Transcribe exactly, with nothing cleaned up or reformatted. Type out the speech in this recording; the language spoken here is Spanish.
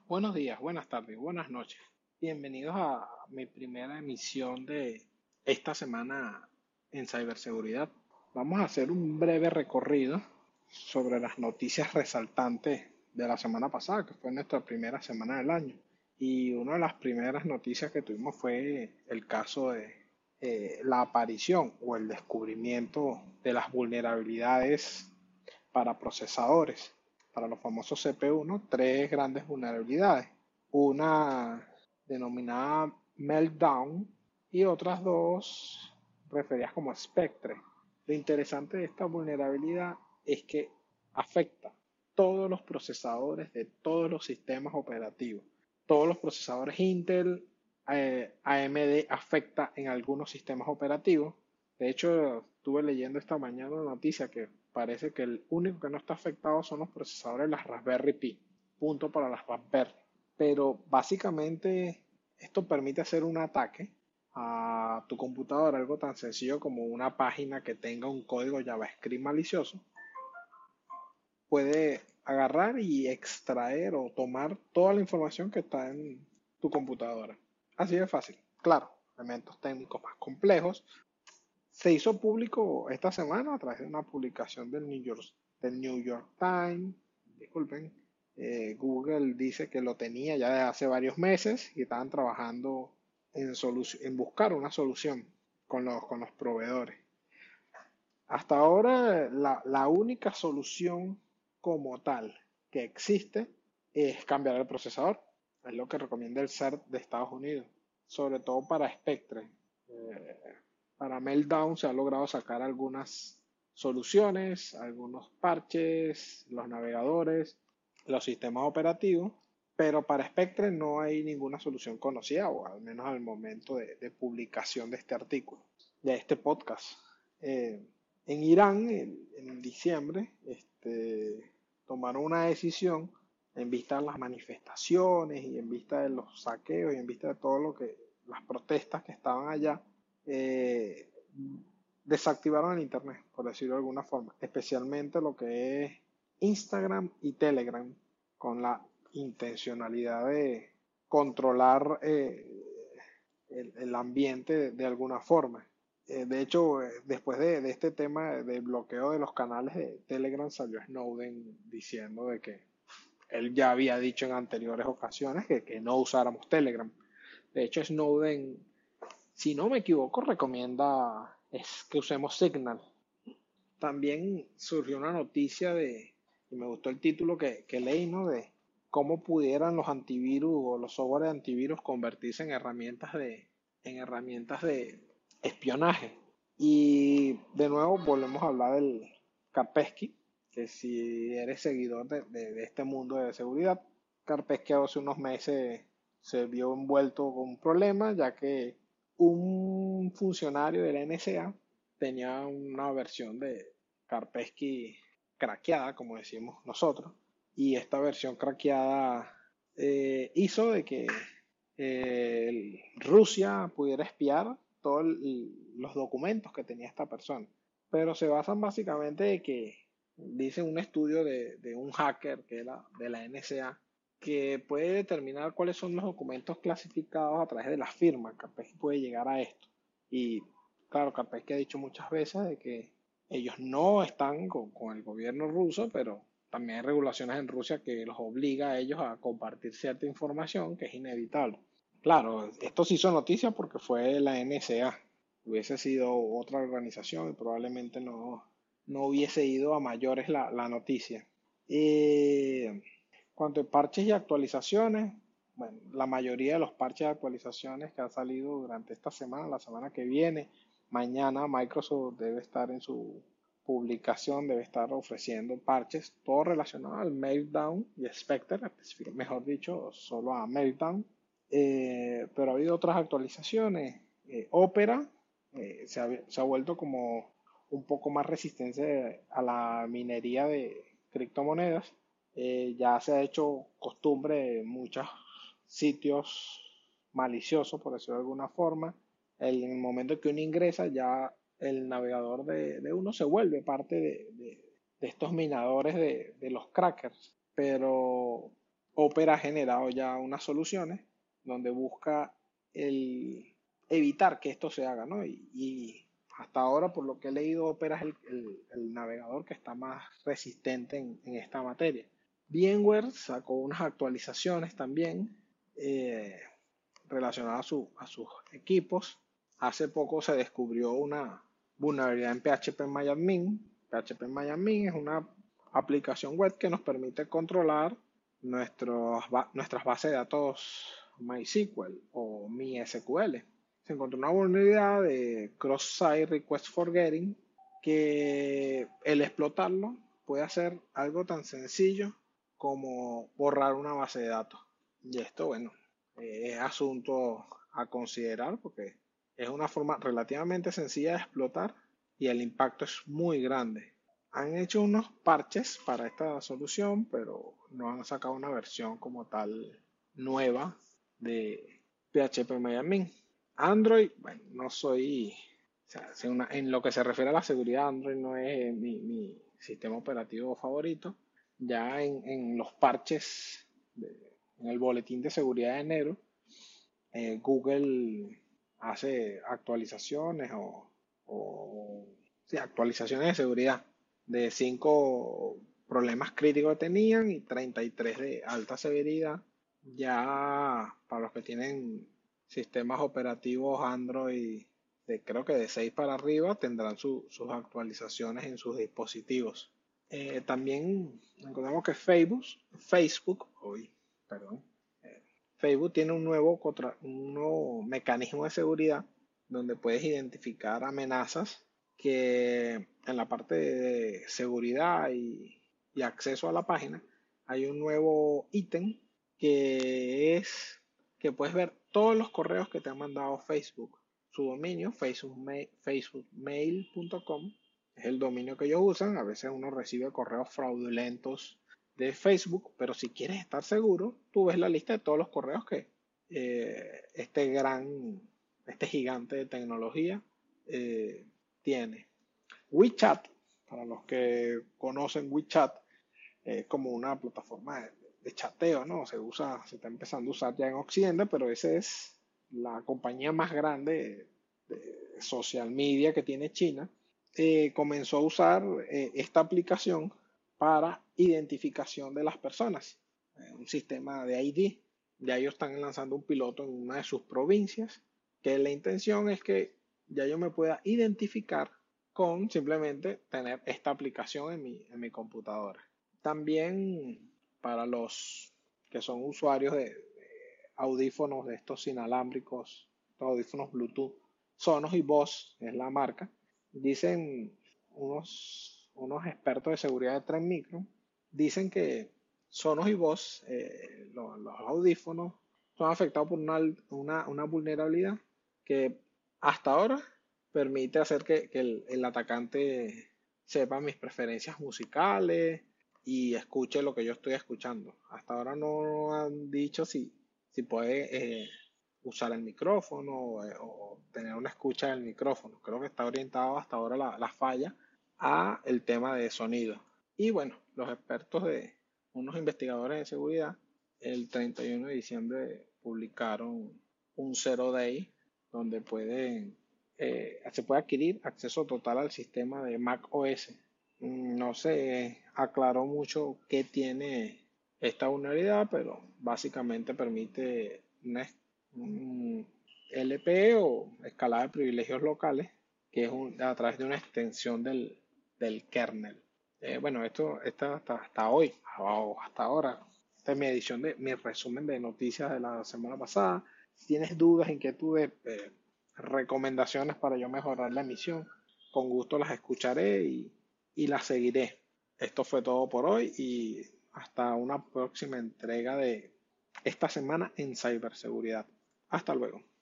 Buenos días, buenas tardes, buenas noches. Bienvenidos a mi primera emisión de esta semana en ciberseguridad. Vamos a hacer un breve recorrido sobre las noticias resaltantes de la semana pasada, que fue nuestra primera semana del año. Y una de las primeras noticias que tuvimos fue el caso de eh, la aparición o el descubrimiento de las vulnerabilidades para procesadores, para los famosos C P U, ¿no? Tres grandes vulnerabilidades. Una denominada Meltdown y otras dos referidas como Spectre. Lo interesante de esta vulnerabilidad es que afecta todos los procesadores de todos los sistemas operativos. Todos los procesadores Intel, eh, A M D afecta en algunos sistemas operativos. De hecho, estuve leyendo esta mañana una noticia que parece que el único que no está afectado son los procesadores de las Raspberry Pi. Punto para las Raspberry. Pero básicamente esto permite hacer un ataque a tu computadora, algo tan sencillo como una página que tenga un código JavaScript malicioso. Puede agarrar y extraer o tomar toda la información que está en tu computadora. Así de fácil. Claro, elementos técnicos más complejos se hizo público esta semana a través de una publicación del New York, del New York Times. Disculpen, eh, Google dice que lo tenía ya desde hace varios meses y estaban trabajando en, en buscar una solución con los, con los proveedores. Hasta ahora, la, la única solución como tal que existe es cambiar el procesador. Es lo que recomienda el C E R T de Estados Unidos, sobre todo para Spectre. Eh, para Meltdown se ha logrado sacar algunas soluciones, algunos parches, los navegadores, los sistemas operativos, pero para Spectre no hay ninguna solución conocida, o al menos al momento de, de publicación de este artículo, de este podcast. Eh, en Irán, en, en diciembre, este, tomaron una decisión en vista de las manifestaciones y en vista de los saqueos y en vista de todo lo que, las protestas que estaban allá, eh, desactivaron el internet, por decirlo de alguna forma, especialmente lo que es Instagram y Telegram, con la intencionalidad de controlar eh, el, el, ambiente de, de alguna forma. Eh, de hecho, eh, después de, de, este tema del bloqueo de los canales de Telegram, salió Snowden diciendo de que él ya había dicho en anteriores ocasiones que, que no usáramos Telegram. De hecho, Snowden, si no me equivoco, recomienda es que usemos Signal. También surgió una noticia de, y me gustó el título que, que leí, ¿no? De cómo pudieran los antivirus o los software de antivirus convertirse en herramientas de, en herramientas de espionaje. Y de nuevo volvemos a hablar del Kaspersky, que si eres seguidor de, de, de este mundo de seguridad, Kaspersky hace unos meses se vio envuelto con un problema, ya que un funcionario de la N S A tenía una versión de Kaspersky craqueada, como decimos nosotros, y esta versión craqueada eh, hizo de que eh, Rusia pudiera espiar todos los documentos que tenía esta persona. Pero se basan básicamente de que, dicen un estudio de, de un hacker que era de la N S A, que puede determinar cuáles son los documentos clasificados a través de las firmas. Kaspersky puede llegar a esto. Y claro, Kaspersky ha dicho muchas veces de que ellos no están con, con el gobierno ruso, pero también hay regulaciones en Rusia que los obliga a ellos a compartir cierta información que es inevitable. Claro, esto se hizo noticia porque fue la N S A. Hubiese sido otra organización y probablemente no, no hubiese ido a mayores la, la noticia. Eh, cuanto a parches y actualizaciones, bueno, la mayoría de los parches y actualizaciones que han salido durante esta semana, la semana que viene, mañana Microsoft debe estar en su publicación, debe estar ofreciendo parches, todo relacionado al Meltdown y Spectre, mejor dicho, solo a Meltdown. Eh, pero ha habido otras actualizaciones. Eh, Opera eh, se, ha, se ha vuelto como un poco más resistente a la minería de criptomonedas. Eh, ya se ha hecho costumbre en muchos sitios maliciosos, por decirlo de alguna forma. El, en el momento que uno ingresa, ya el navegador de, de uno se vuelve parte de, de, de estos minadores de, de los crackers. Pero Opera ha generado ya unas soluciones donde busca el evitar que esto se haga, ¿no? Y, y hasta ahora, por lo que he leído, Opera es el, el- el navegador que está más resistente en, en esta materia. VMware sacó unas actualizaciones también eh, relacionadas a, su- a sus equipos. Hace poco se descubrió una vulnerabilidad en P H P MyAdmin. P H P MyAdmin es una aplicación web que nos permite controlar nuestros, nuestras bases de datos MySQL o MySQL. Se encontró una vulnerabilidad de cross-site request forgetting que el explotarlo puede hacer algo tan sencillo como borrar una base de datos. Y esto, bueno, eh, es asunto a considerar porque es una forma relativamente sencilla de explotar y el impacto es muy grande. Han hecho unos parches para esta solución, pero no han sacado una versión como tal nueva de P H P MyAdmin. Android, bueno, no soy, o sea, si una- en lo que se refiere a la seguridad, Android no es mi, mi sistema operativo favorito. Ya en, en los parches, de- en el boletín de seguridad de enero, eh, Google hace actualizaciones o, o sí, actualizaciones de seguridad de cinco problemas críticos que tenían y treinta y tres de alta severidad. Ya para los que tienen sistemas operativos Android de creo que de seis para arriba tendrán su- sus actualizaciones en sus dispositivos. Eh, también encontramos que Facebook, Facebook, hoy, perdón, Facebook tiene un nuevo, contra- un nuevo mecanismo de seguridad donde puedes identificar amenazas que en la parte de seguridad y, y acceso a la página hay un nuevo ítem que es que puedes ver todos los correos que te han mandado Facebook. Su dominio, facebook mail punto com, es el dominio que ellos usan. A veces uno recibe correos fraudulentos de Facebook, pero si quieres estar seguro, tú ves la lista de todos los correos que eh, este gran, este gigante de tecnología eh, tiene. WeChat, para los que conocen WeChat, es como una plataforma de, de chateo, ¿no? Se usa, se está empezando a usar ya en Occidente, pero esa es la compañía más grande de, de social media que tiene China. Eh, comenzó a usar eh, esta aplicación para identificación de las personas, eh, un sistema de I D. Ya ellos están lanzando un piloto en una de sus provincias, que la intención es que ya yo me pueda identificar con simplemente tener esta aplicación en mi, en mi computadora. También para los que son usuarios de, de audífonos de estos inalámbricos, estos audífonos Bluetooth, Sonos y Bose es la marca, dicen unos, unos expertos de seguridad de Trend Micro, dicen que Sonos y Bose, eh, los, los audífonos, son afectados por una, una, una vulnerabilidad que hasta ahora permite hacer que, que el, el atacante sepa mis preferencias musicales y escuche lo que yo estoy escuchando. Hasta ahora no han dicho si, si puede eh, usar el micrófono eh, o tener una escucha del micrófono. Creo que está orientado hasta ahora la, la falla a el tema de sonido. Y bueno, los expertos de unos investigadores de seguridad el treinta y uno de diciembre publicaron un Zero Day donde pueden, eh, se puede adquirir acceso total al sistema de Mac O S. Mm, No se aclaró mucho qué tiene esta vulnerabilidad, pero básicamente permite una, un L P o escalada de privilegios locales, que es un- a través de una extensión del, del kernel. Eh, bueno, esto está hasta, hasta hoy, o hasta ahora. Esta es mi edición de mi resumen de noticias de la semana pasada. Si tienes dudas, inquietudes, eh, recomendaciones para yo mejorar la emisión, con gusto las escucharé y, y las seguiré. Esto fue todo por hoy y hasta una próxima entrega de esta semana en ciberseguridad. Hasta luego.